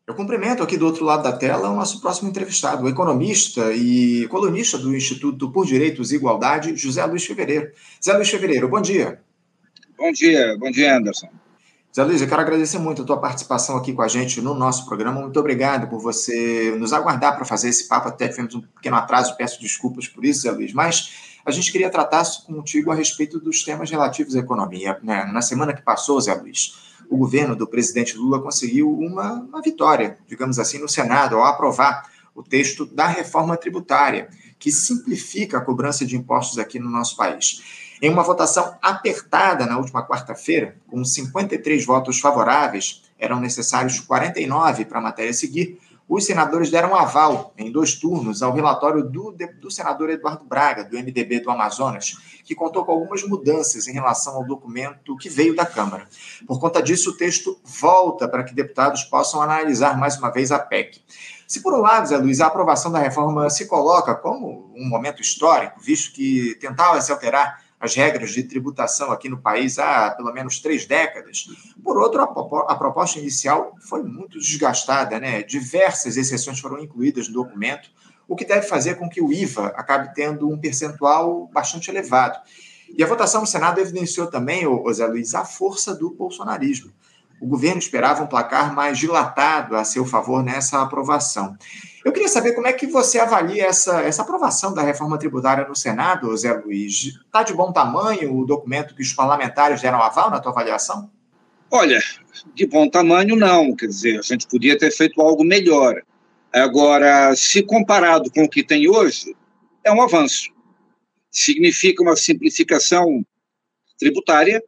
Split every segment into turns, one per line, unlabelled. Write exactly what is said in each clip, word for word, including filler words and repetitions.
Eu cumprimento aqui do outro lado da tela o nosso próximo entrevistado, o economista e colunista do Instituto por Direitos e Igualdade, José Luiz Fevereiro. José Luiz Fevereiro, bom dia.
Bom dia, bom dia, Anderson.
José Luiz, eu quero agradecer muito a tua participação aqui com a gente no nosso programa. Muito obrigado por você nos aguardar para fazer esse papo. Até tivemos um pequeno atraso, peço desculpas por isso, José Luiz, mas a gente queria tratar contigo a respeito dos temas relativos à economia, né? Na semana que passou, José Luiz, o governo do presidente Lula conseguiu uma, uma vitória, digamos assim, no Senado, ao aprovar o texto da reforma tributária, que simplifica a cobrança de impostos aqui no nosso país. Em uma votação apertada na última quarta-feira, com cinquenta e três votos favoráveis, eram necessários quarenta e nove para a matéria seguir, os senadores deram aval, em dois turnos, ao relatório do, do senador Eduardo Braga, do M D B do Amazonas, que contou com algumas mudanças em relação ao documento que veio da Câmara. Por conta disso, o texto volta para que deputados possam analisar mais uma vez a P E C. Se, por um lado, Zé Luiz, a aprovação da reforma se coloca como um momento histórico, visto que tentava se alterar as regras de tributação aqui no país há pelo menos três décadas. Por outro, a proposta inicial foi muito desgastada, né? Diversas exceções foram incluídas no documento, o que deve fazer com que o I V A acabe tendo um percentual bastante elevado. E a votação no Senado evidenciou também, ô Zé Luiz, a força do bolsonarismo. O governo esperava um placar mais dilatado a seu favor nessa aprovação. Eu queria saber como é que você avalia essa, essa aprovação da reforma tributária no Senado, Zé Luiz. Está de bom tamanho o documento que os parlamentares deram aval na tua avaliação?
Olha, de bom tamanho não, quer dizer, a gente podia ter feito algo melhor. Agora, se comparado com o que tem hoje, é um avanço. Significa uma simplificação tributária,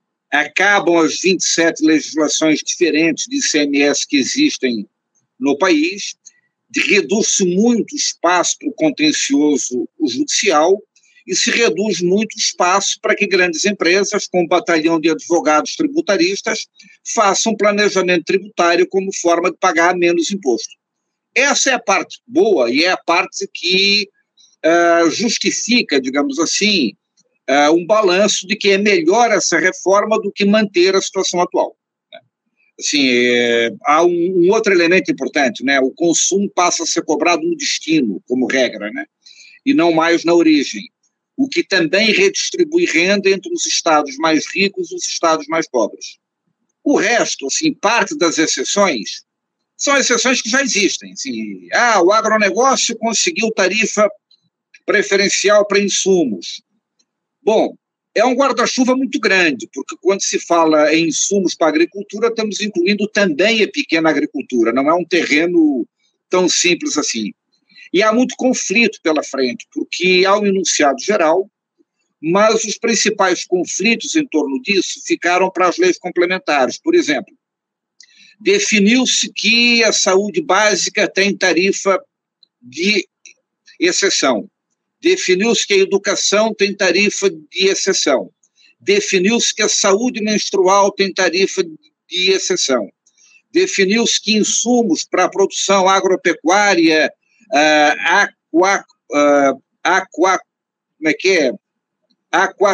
acabam as vinte e sete legislações diferentes de I C M S que existem no país, reduz-se muito o espaço para o contencioso judicial e se reduz muito o espaço para que grandes empresas, com um batalhão de advogados tributaristas, façam planejamento tributário como forma de pagar menos imposto. Essa é a parte boa e é a parte que uh, justifica, digamos assim, uh, um balanço de que é melhor essa reforma do que manter a situação atual. Assim, é, há um, um outro elemento importante, né? O consumo passa a ser cobrado no destino, como regra, né? E não mais na origem, o que também redistribui renda entre os estados mais ricos e os estados mais pobres. O resto, assim, parte das exceções, são exceções que já existem. Assim, ah, o agronegócio conseguiu tarifa preferencial para insumos. Bom, é um guarda-chuva muito grande, porque quando se fala em insumos para a agricultura, estamos incluindo também a pequena agricultura, não é um terreno tão simples assim. E há muito conflito pela frente, porque há um enunciado geral, mas os principais conflitos em torno disso ficaram para as leis complementares. Por exemplo, definiu-se que a saúde básica tem tarifa de exceção. Definiu-se que a educação tem tarifa de exceção. Definiu-se que a saúde menstrual tem tarifa de exceção. Definiu-se que insumos para a produção agropecuária, uh, aqua, uh, aqua, como é que é? Aqua,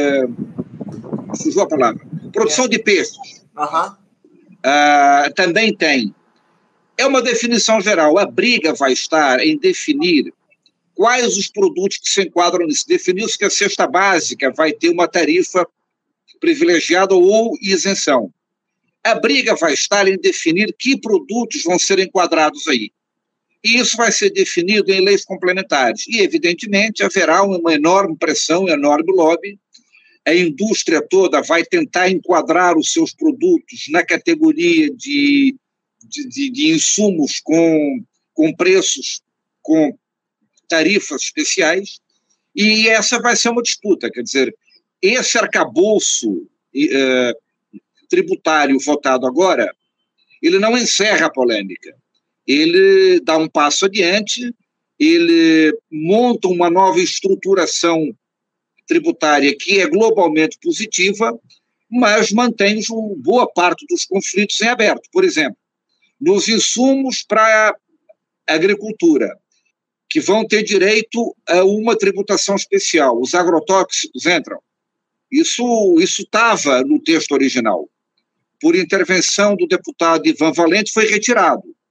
uh, fugiu a palavra. Produção de peixes.
Uhum.
Uh, também tem. É uma definição geral. A briga vai estar em definir quais os produtos que se enquadram nisso. Definiu-se que a cesta básica vai ter uma tarifa privilegiada ou isenção. A briga vai estar em definir que produtos vão ser enquadrados aí. E isso vai ser definido em leis complementares. E, evidentemente, haverá uma enorme pressão, um enorme lobby. A indústria toda vai tentar enquadrar os seus produtos na categoria de, de, de, de insumos com, com preços, com tarifas especiais, e essa vai ser uma disputa, quer dizer, esse arcabouço eh, tributário votado agora, ele não encerra a polêmica, ele dá um passo adiante, ele monta uma nova estruturação tributária que é globalmente positiva, mas mantém boa parte dos conflitos em aberto. Por exemplo, nos insumos para a agricultura, que vão ter direito a uma tributação especial. Os agrotóxicos entram. Isso isso estava no texto original. Por intervenção do deputado Ivan Valente, foi retirado.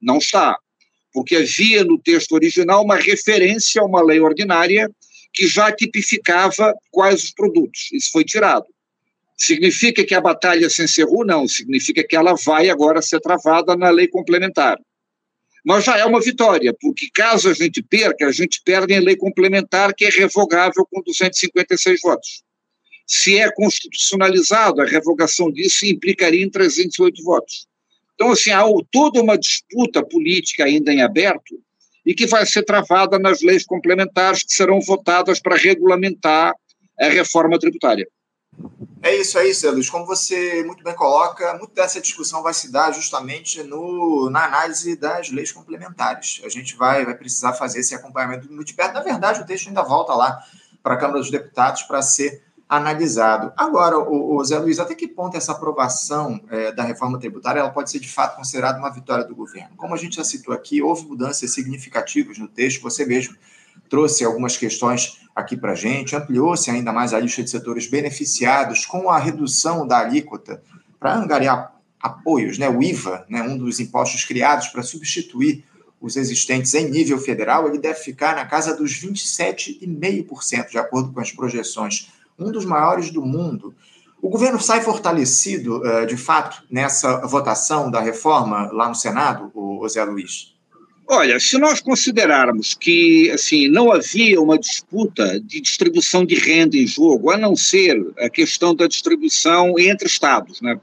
Não está, porque havia no texto original uma referência a uma lei ordinária que já tipificava quais os produtos. Isso foi tirado. Significa que a batalha se encerrou? Não, significa que ela vai agora ser travada na lei complementar. Mas já é uma vitória, porque caso a gente perca, a gente perde em lei complementar, que é revogável com duzentos e cinquenta e seis votos. Se é constitucionalizado, a revogação disso implicaria em trezentos e oito votos. Então, assim, há toda uma disputa política ainda em aberto e que vai ser travada nas leis complementares que serão votadas para regulamentar a reforma tributária.
É isso, é isso, Zé Luiz. Como você muito bem coloca, muito dessa discussão vai se dar justamente no, na análise das leis complementares. A gente vai, vai precisar fazer esse acompanhamento muito de perto. Na verdade, o texto ainda volta lá para a Câmara dos Deputados para ser analisado. Agora, o, o Zé Luiz, até que ponto essa aprovação é, da reforma tributária ela pode ser, de fato, considerada uma vitória do governo? Como a gente já citou aqui, houve mudanças significativas no texto, você mesmo trouxe algumas questões aqui para a gente, ampliou-se ainda mais a lista de setores beneficiados com a redução da alíquota para angariar apoios, né? O I V A, né? Um dos impostos criados para substituir os existentes em nível federal, ele deve ficar na casa dos vinte e sete vírgula cinco por cento, de acordo com as projeções, um dos maiores do mundo. O governo sai fortalecido, de fato, nessa votação da reforma lá no Senado, o Zé Luiz?
Olha, se nós considerarmos que assim, não havia uma disputa de distribuição de renda em jogo, a não ser a questão da distribuição entre estados, né?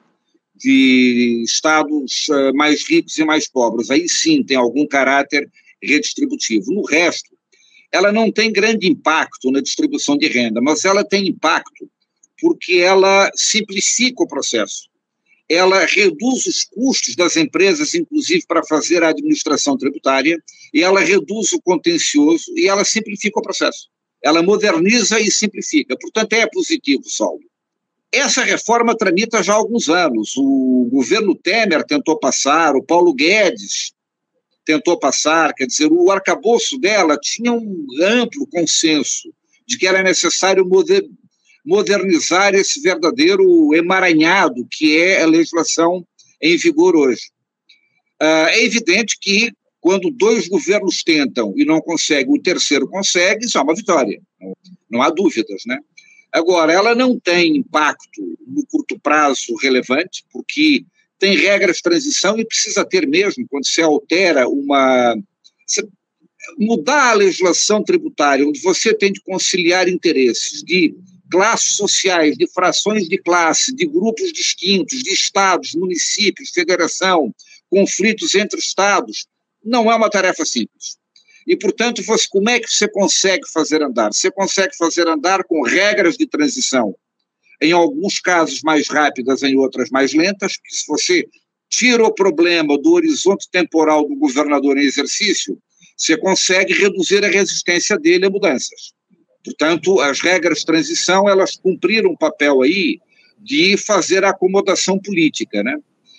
De estados uh, mais ricos e mais pobres, aí sim tem algum caráter redistributivo. No resto, ela não tem grande impacto na distribuição de renda, mas ela tem impacto porque ela simplifica o processo. Ela reduz os custos das empresas, inclusive para fazer a administração tributária, e ela reduz o contencioso e ela simplifica o processo. Ela moderniza e simplifica. Portanto, é positivo, Saulo. Essa reforma tramita já há alguns anos. O governo Temer tentou passar, o Paulo Guedes tentou passar, quer dizer, o arcabouço dela tinha um amplo consenso de que era necessário moder, modernizar esse verdadeiro emaranhado que é a legislação em vigor hoje. Uh, é evidente que quando dois governos tentam e não conseguem, o terceiro consegue, isso é uma vitória, não, não há dúvidas, né? Agora, ela não tem impacto no curto prazo relevante, porque tem regras de transição e precisa ter mesmo, quando se altera uma... Se mudar a legislação tributária, onde você tem de conciliar interesses de classes sociais, de frações de classe, de grupos distintos, de estados, municípios, federação, conflitos entre estados, não é uma tarefa simples. E, portanto, você, como é que você consegue fazer andar? Você consegue fazer andar com regras de transição, em alguns casos mais rápidas, em outras mais lentas, porque se você tira o problema do horizonte temporal do governador em exercício, você consegue reduzir a resistência dele a mudanças. Portanto, as regras de transição, elas cumpriram um papel aí de fazer a acomodação política, né?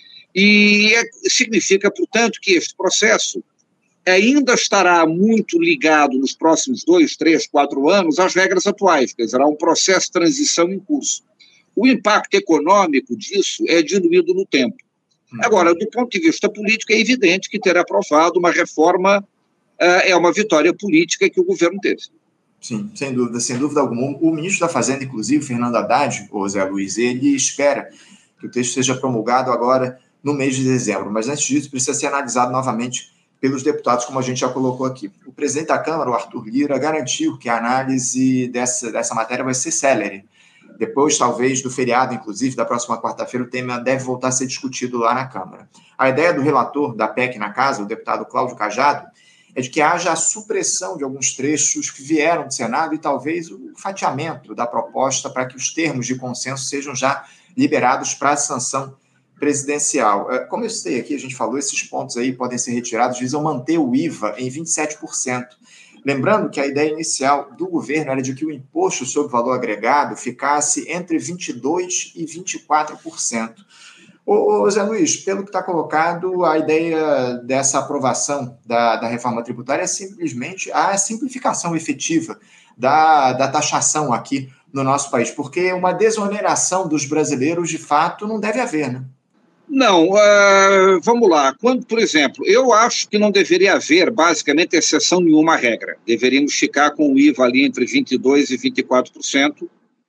E é, significa, portanto, que este processo ainda estará muito ligado nos próximos dois, três, quatro anos às regras atuais, quer dizer, há um processo de transição em curso. O impacto econômico disso é diluído no tempo. Agora, do ponto de vista político, é evidente que ter aprovado uma reforma uh, é uma vitória política que o governo teve.
Sim, sem dúvida, sem dúvida alguma. O ministro da Fazenda, inclusive, Fernando Haddad, o Zé Luiz, ele espera que o texto seja promulgado agora no mês de dezembro, mas antes disso precisa ser analisado novamente pelos deputados, como a gente já colocou aqui. O presidente da Câmara, o Arthur Lira, garantiu que a análise dessa, dessa matéria vai ser célere. Depois, talvez, do feriado, inclusive, da próxima quarta-feira, o tema deve voltar a ser discutido lá na Câmara. A ideia do relator da P E C na casa, o deputado Cláudio Cajado, é de que haja a supressão de alguns trechos que vieram do Senado e talvez o fatiamento da proposta para que os termos de consenso sejam já liberados para a sanção presidencial. Como eu citei aqui, a gente falou, esses pontos aí podem ser retirados, visam manter o I V A em vinte e sete por cento. Lembrando que a ideia inicial do governo era de que o imposto sobre valor agregado ficasse entre vinte e dois por cento e vinte e quatro por cento. Ô, ô Zé Luiz, pelo que está colocado, a ideia dessa aprovação da, da reforma tributária é simplesmente a simplificação efetiva da, da taxação aqui no nosso país, porque uma desoneração dos brasileiros, de fato, não deve haver, né?
Não, uh, vamos lá. Quando, por exemplo, eu acho que não deveria haver, basicamente, exceção nenhuma à regra. Deveríamos ficar com o I V A ali entre vinte e dois por cento e vinte e quatro por cento,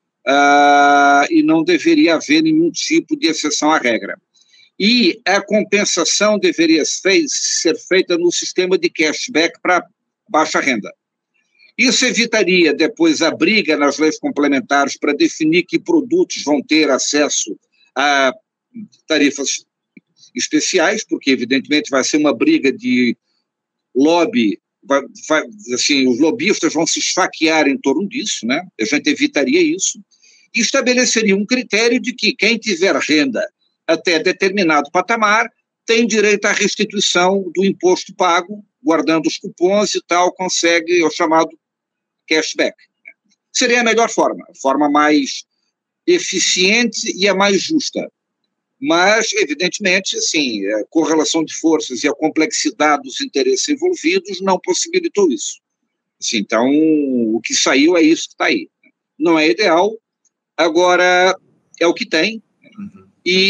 uh, e não deveria haver nenhum tipo de exceção à regra. E a compensação deveria ser feita no sistema de cashback para baixa renda. Isso evitaria depois a briga nas leis complementares para definir que produtos vão ter acesso a tarifas especiais, porque evidentemente vai ser uma briga de lobby, vai, vai, assim, os lobistas vão se esfaquear em torno disso, né? A gente evitaria isso, e estabeleceria um critério de que quem tiver renda até determinado patamar tem direito à restituição do imposto pago, guardando os cupons e tal, consegue o chamado cashback. Seria a melhor forma, a forma mais eficiente e a mais justa. Mas, evidentemente, assim, a correlação de forças e a complexidade dos interesses envolvidos não possibilitou isso. Assim, então, o que saiu é isso que está aí. Não é ideal, agora é o que tem. Uhum.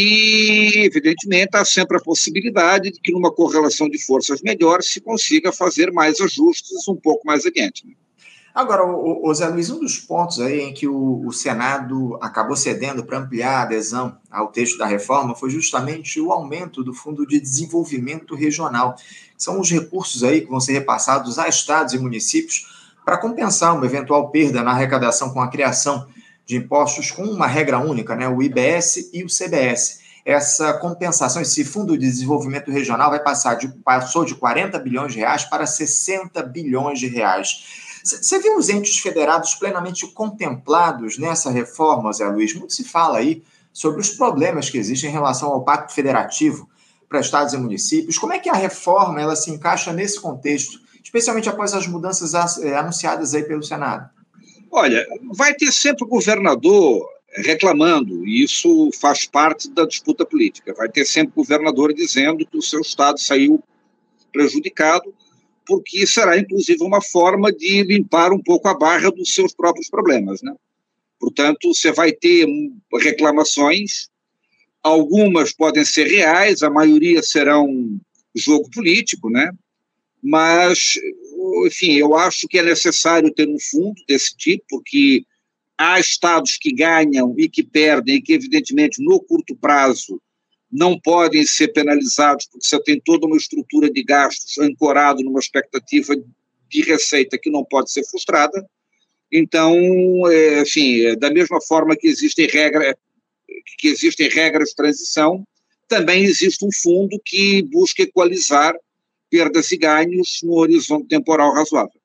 E, evidentemente, há sempre a possibilidade de que, numa correlação de forças melhor, se consiga fazer mais ajustes um pouco mais adiante, né?
Agora, o, o Zé Luiz, um dos pontos aí em que o, o Senado acabou cedendo para ampliar a adesão ao texto da reforma foi justamente o aumento do Fundo de Desenvolvimento Regional. São os recursos aí que vão ser repassados a estados e municípios para compensar uma eventual perda na arrecadação com a criação de impostos com uma regra única, né, o I B S e o C B S. Essa compensação, esse Fundo de Desenvolvimento Regional vai passar de, passou de quarenta bilhões de reais para sessenta bilhões de reais. Você viu os entes federados plenamente contemplados nessa reforma, Zé Luiz? Muito se fala aí sobre os problemas que existem em relação ao Pacto Federativo para estados e municípios. Como é que a reforma ela se encaixa nesse contexto, especialmente após as mudanças anunciadas aí pelo Senado?
Olha, vai ter sempre o governador reclamando, e isso faz parte da disputa política. Vai ter sempre o governador dizendo que o seu estado saiu prejudicado, porque será, inclusive, uma forma de limpar um pouco a barra dos seus próprios problemas, né? Portanto, você vai ter reclamações, algumas podem ser reais, a maioria serão jogo político, né? Mas, enfim, eu acho que é necessário ter um fundo desse tipo, porque há estados que ganham e que perdem, e que, evidentemente, no curto prazo, não podem ser penalizados, porque você tem toda uma estrutura de gastos ancorado numa expectativa de receita que não pode ser frustrada. Então, é, enfim, da mesma forma que existem, regra, que existem regras de transição, também existe um fundo que busca equalizar perdas e ganhos no horizonte temporal razoável.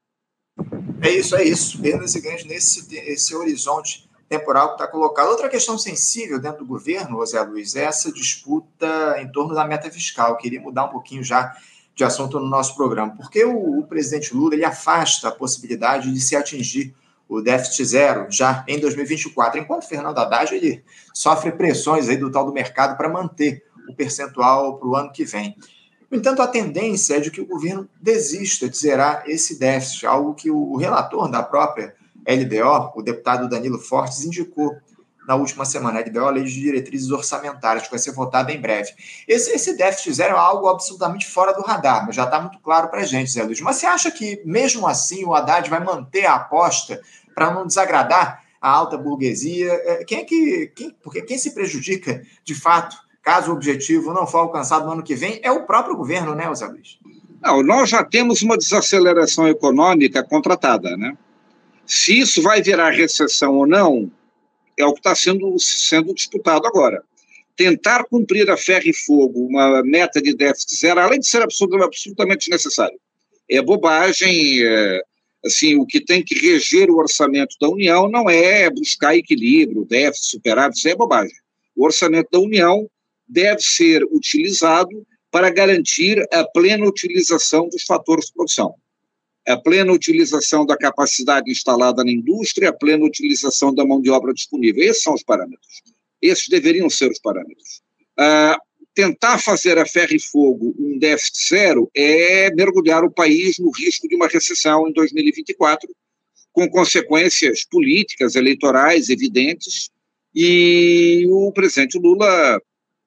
É isso, é isso. Perdas e ganhos nesse esse horizonte temporal que está colocado. Outra questão sensível dentro do governo, Zé Luiz, é essa disputa em torno da meta fiscal. Eu queria mudar um pouquinho já de assunto no nosso programa, porque o, o presidente Lula ele afasta a possibilidade de se atingir o déficit zero já em dois mil e vinte e quatro, enquanto Fernando Haddad ele sofre pressões aí do tal do mercado para manter o percentual para o ano que vem. No entanto, a tendência é de que o governo desista de zerar esse déficit, algo que o relator da própria L D O, o deputado Danilo Fortes, indicou na última semana. A L D O, a Lei de Diretrizes Orçamentárias, que vai ser votada em breve. Esse, esse déficit zero é algo absolutamente fora do radar, mas já está muito claro para a gente, Zé Luiz. Mas você acha que, mesmo assim, o Haddad vai manter a aposta para não desagradar a alta burguesia? Quem é que, quem, porque quem se prejudica, de fato, caso o objetivo não for alcançado no ano que vem, é o próprio governo, né, Zé Luiz?
Não, nós já temos uma desaceleração econômica contratada, né? Se isso vai virar recessão ou não, é o que está sendo, sendo disputado agora. Tentar cumprir a ferro e fogo uma meta de déficit zero, além de ser absolutamente necessário, é bobagem. É, assim, o que tem que reger o orçamento da União não é buscar equilíbrio, déficit, superávit, isso é bobagem. O orçamento da União deve ser utilizado para garantir a plena utilização dos fatores de produção. A plena utilização da capacidade instalada na indústria, a plena utilização da mão de obra disponível. Esses são os parâmetros. Esses deveriam ser os parâmetros. Ah, tentar fazer a ferro e fogo um déficit zero é mergulhar o país no risco de uma recessão em dois mil e vinte e quatro, com consequências políticas, eleitorais evidentes, e o presidente Lula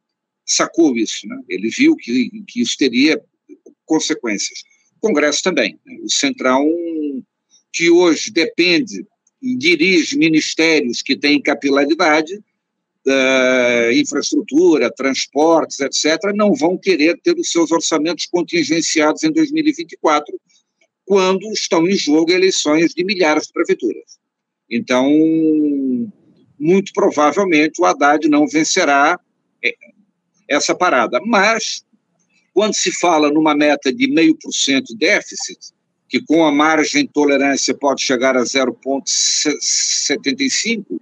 sacou isso, né? Ele viu que, que isso teria consequências. O Congresso também, né? O Centrão, que hoje depende e dirige ministérios que têm capilaridade, uh, infraestrutura, transportes, etcétera, não vão querer ter os seus orçamentos contingenciados em dois mil e vinte e quatro, quando estão em jogo eleições de milhares de prefeituras. Então, muito provavelmente o Haddad não vencerá essa parada. Mas, quando se fala numa meta de zero vírgula cinco por cento de déficit, que com a margem de tolerância pode chegar a zero vírgula setenta e cinco,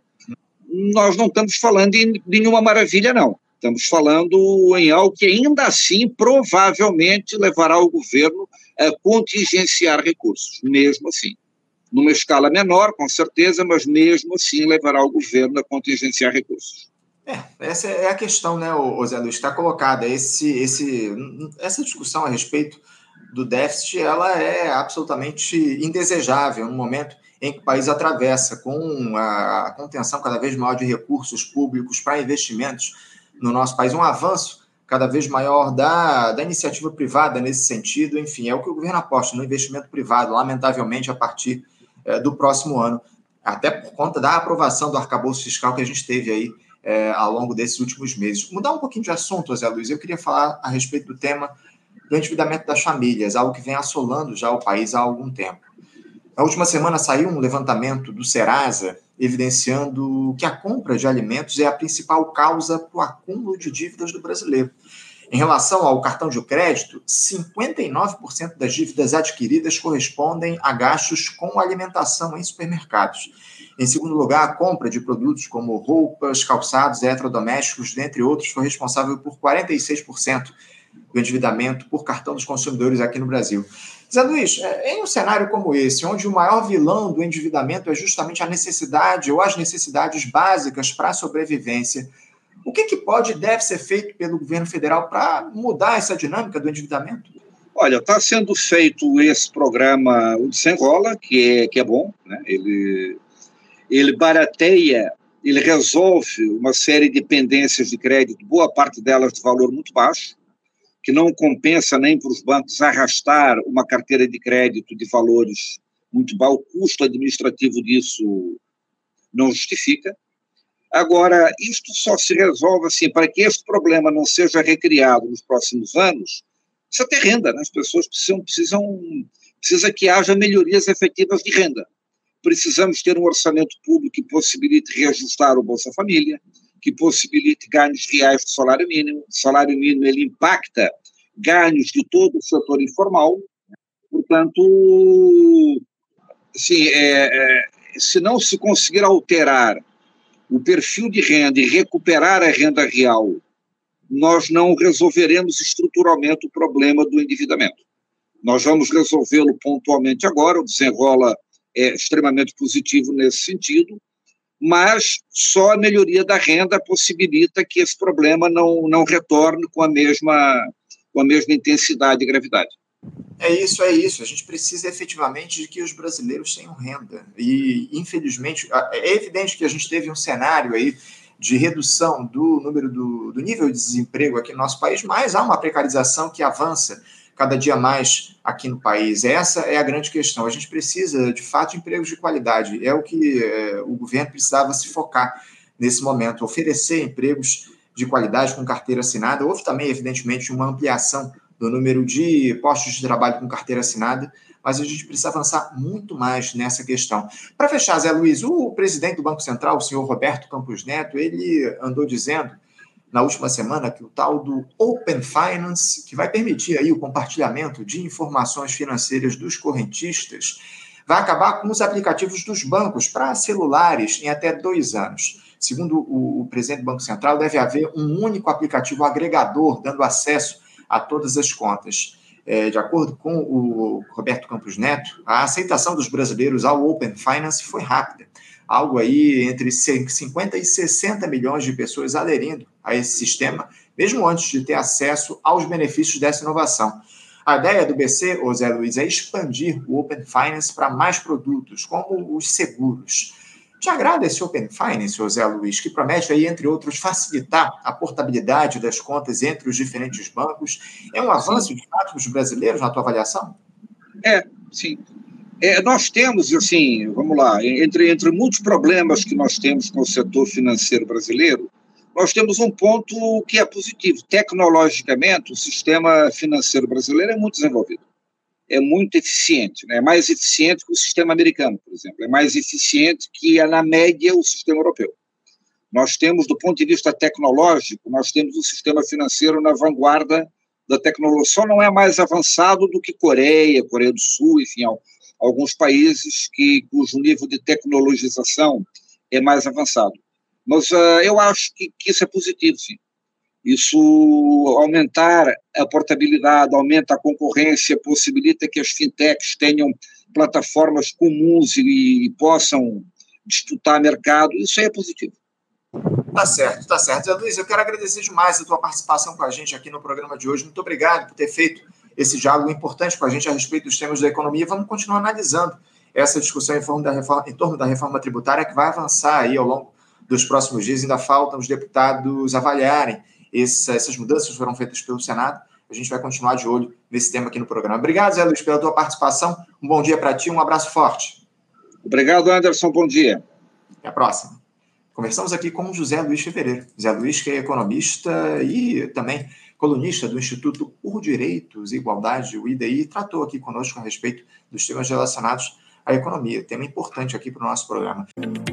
nós não estamos falando em nenhuma maravilha, não. Estamos falando em algo que ainda assim provavelmente levará o governo a contingenciar recursos, mesmo assim. Numa escala menor, com certeza, mas mesmo assim levará o governo a contingenciar recursos.
É, essa é a questão, né, o Zé Luiz, está colocada. Esse, esse, essa discussão a respeito do déficit, ela é absolutamente indesejável no momento em que o país atravessa com a contenção cada vez maior de recursos públicos para investimentos no nosso país, um avanço cada vez maior da, da iniciativa privada nesse sentido. Enfim, é o que o governo aposta no investimento privado, lamentavelmente, a partir é, do próximo ano, até por conta da aprovação do arcabouço fiscal que a gente teve aí é, ao longo desses últimos meses. Mudar um pouquinho de assunto, Zé Luiz, eu queria falar a respeito do tema do endividamento das famílias, algo que vem assolando já o país há algum tempo. Na última semana saiu um levantamento do Serasa evidenciando que a compra de alimentos é a principal causa para o acúmulo de dívidas do brasileiro. Em relação ao cartão de crédito, cinquenta e nove por cento das dívidas adquiridas correspondem a gastos com alimentação em supermercados. Em segundo lugar, a compra de produtos como roupas, calçados, eletrodomésticos, dentre outros, foi responsável por quarenta e seis por cento do endividamento por cartão dos consumidores aqui no Brasil. Zé Luiz, em um cenário como esse, onde o maior vilão do endividamento é justamente a necessidade ou as necessidades básicas para a sobrevivência, o que, que pode e deve ser feito pelo governo federal para mudar essa dinâmica do endividamento?
Olha, está sendo feito esse programa, o Desenrola, que é, que é bom, né? Ele, ele barateia, ele resolve uma série de pendências de crédito, boa parte delas de valor muito baixo, que não compensa nem para os bancos arrastar uma carteira de crédito de valores muito baixos, o custo administrativo disso não justifica. Agora, isto só se resolve assim, para que esse problema não seja recriado nos próximos anos, precisa ter renda, né? As pessoas precisam, precisam, precisa que haja melhorias efetivas de renda. Precisamos ter um orçamento público que possibilite reajustar o Bolsa Família, que possibilite ganhos reais do salário mínimo. O salário mínimo, ele impacta ganhos de todo o setor informal. Portanto, assim, é, é, se não se conseguir alterar o perfil de renda e recuperar a renda real, nós não resolveremos estruturalmente o problema do endividamento. Nós vamos resolvê-lo pontualmente agora, o Desenrola é extremamente positivo nesse sentido, mas só a melhoria da renda possibilita que esse problema não, não retorne com a mesma, com a mesma intensidade e gravidade.
É isso, é isso. A gente precisa efetivamente de que os brasileiros tenham renda. E, infelizmente, é evidente que a gente teve um cenário aí de redução do número do, do nível de desemprego aqui no nosso país, mas há uma precarização que avança cada dia mais aqui no país. Essa é a grande questão. A gente precisa, de fato, de empregos de qualidade. É o que é, o governo precisava se focar nesse momento, oferecer empregos de qualidade com carteira assinada. Houve também, evidentemente, uma ampliação do número de postos de trabalho com carteira assinada, mas a gente precisa avançar muito mais nessa questão. Para fechar, Zé Luiz, o presidente do Banco Central, o senhor Roberto Campos Neto, ele andou dizendo na última semana que o tal do Open Finance, que vai permitir aí o compartilhamento de informações financeiras dos correntistas, vai acabar com os aplicativos dos bancos para celulares em até dois anos. Segundo o, o presidente do Banco Central, deve haver um único aplicativo agregador dando acesso a todas as contas. É, de acordo com o Roberto Campos Neto, a aceitação dos brasileiros ao Open Finance foi rápida. Algo aí entre cinquenta e sessenta milhões de pessoas aderindo a esse sistema, mesmo antes de ter acesso aos benefícios dessa inovação. A ideia do B C, ô Zé Luiz, é expandir o Open Finance para mais produtos, como os seguros. Te agrada esse Open Finance, José Luiz, que promete, aí, entre outros, facilitar a portabilidade das contas entre os diferentes bancos? É um avanço, sim, de fato, dos brasileiros, na tua avaliação?
É, sim. É, nós temos, assim, vamos lá, entre, entre muitos problemas que nós temos com o setor financeiro brasileiro, nós temos um ponto que é positivo. Tecnologicamente, o sistema financeiro brasileiro é muito desenvolvido. É muito eficiente, né? É mais eficiente que o sistema americano, por exemplo. É mais eficiente que, na média, o sistema europeu. Nós temos, do ponto de vista tecnológico, nós temos um sistema financeiro na vanguarda da tecnologia. Só não é mais avançado do que Coreia, Coreia do Sul, enfim, alguns países que, cujo nível de tecnologização é mais avançado. Mas uh, eu acho que, que isso é positivo, sim. Isso aumentar a portabilidade, aumenta a concorrência, possibilita que as fintechs tenham plataformas comuns e, e possam disputar mercado. Isso aí é positivo.
Tá certo, tá certo. Zé Luiz, eu quero agradecer demais a tua participação com a gente aqui no programa de hoje. Muito obrigado por ter feito esse diálogo importante com a gente a respeito dos temas da economia. Vamos continuar analisando essa discussão em, torno da reforma, em torno da reforma tributária, que vai avançar aí ao longo dos próximos dias. Ainda faltam os deputados avaliarem essa, essas mudanças que foram feitas pelo Senado. A gente vai continuar de olho nesse tema aqui no programa. Obrigado, Zé Luiz, pela tua participação. Um bom dia para ti, um abraço forte.
Obrigado, Anderson. Bom dia.
Até a próxima. Conversamos aqui com o José Luiz Fevereiro. José Luiz, que é economista e também colunista do Instituto por Direitos e Igualdade, o I D I, tratou aqui conosco a respeito dos temas relacionados à economia. Tema importante aqui para o nosso programa.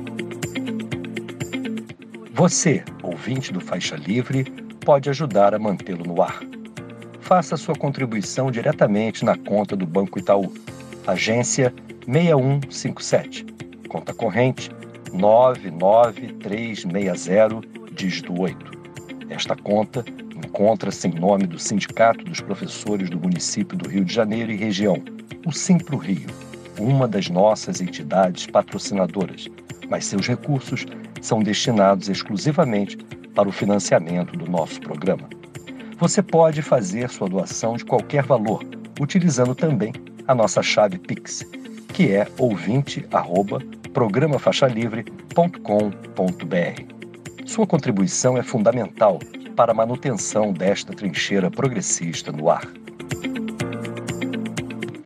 Você, ouvinte do Faixa Livre, pode ajudar a mantê-lo no ar. Faça sua contribuição diretamente na conta do Banco Itaú. Agência seis um cinco sete. Conta corrente nove nove três seis zero, dígito oito. Esta conta encontra-se em nome do Sindicato dos Professores do Município do Rio de Janeiro e Região, o Simpro Rio, uma das nossas entidades patrocinadoras, mas seus recursos são destinados exclusivamente para o financiamento do nosso programa. Você pode fazer sua doação de qualquer valor, utilizando também a nossa chave Pix, que é ouvinte arroba programa faixa livre ponto com ponto br. Sua contribuição é fundamental para a manutenção desta trincheira progressista no ar.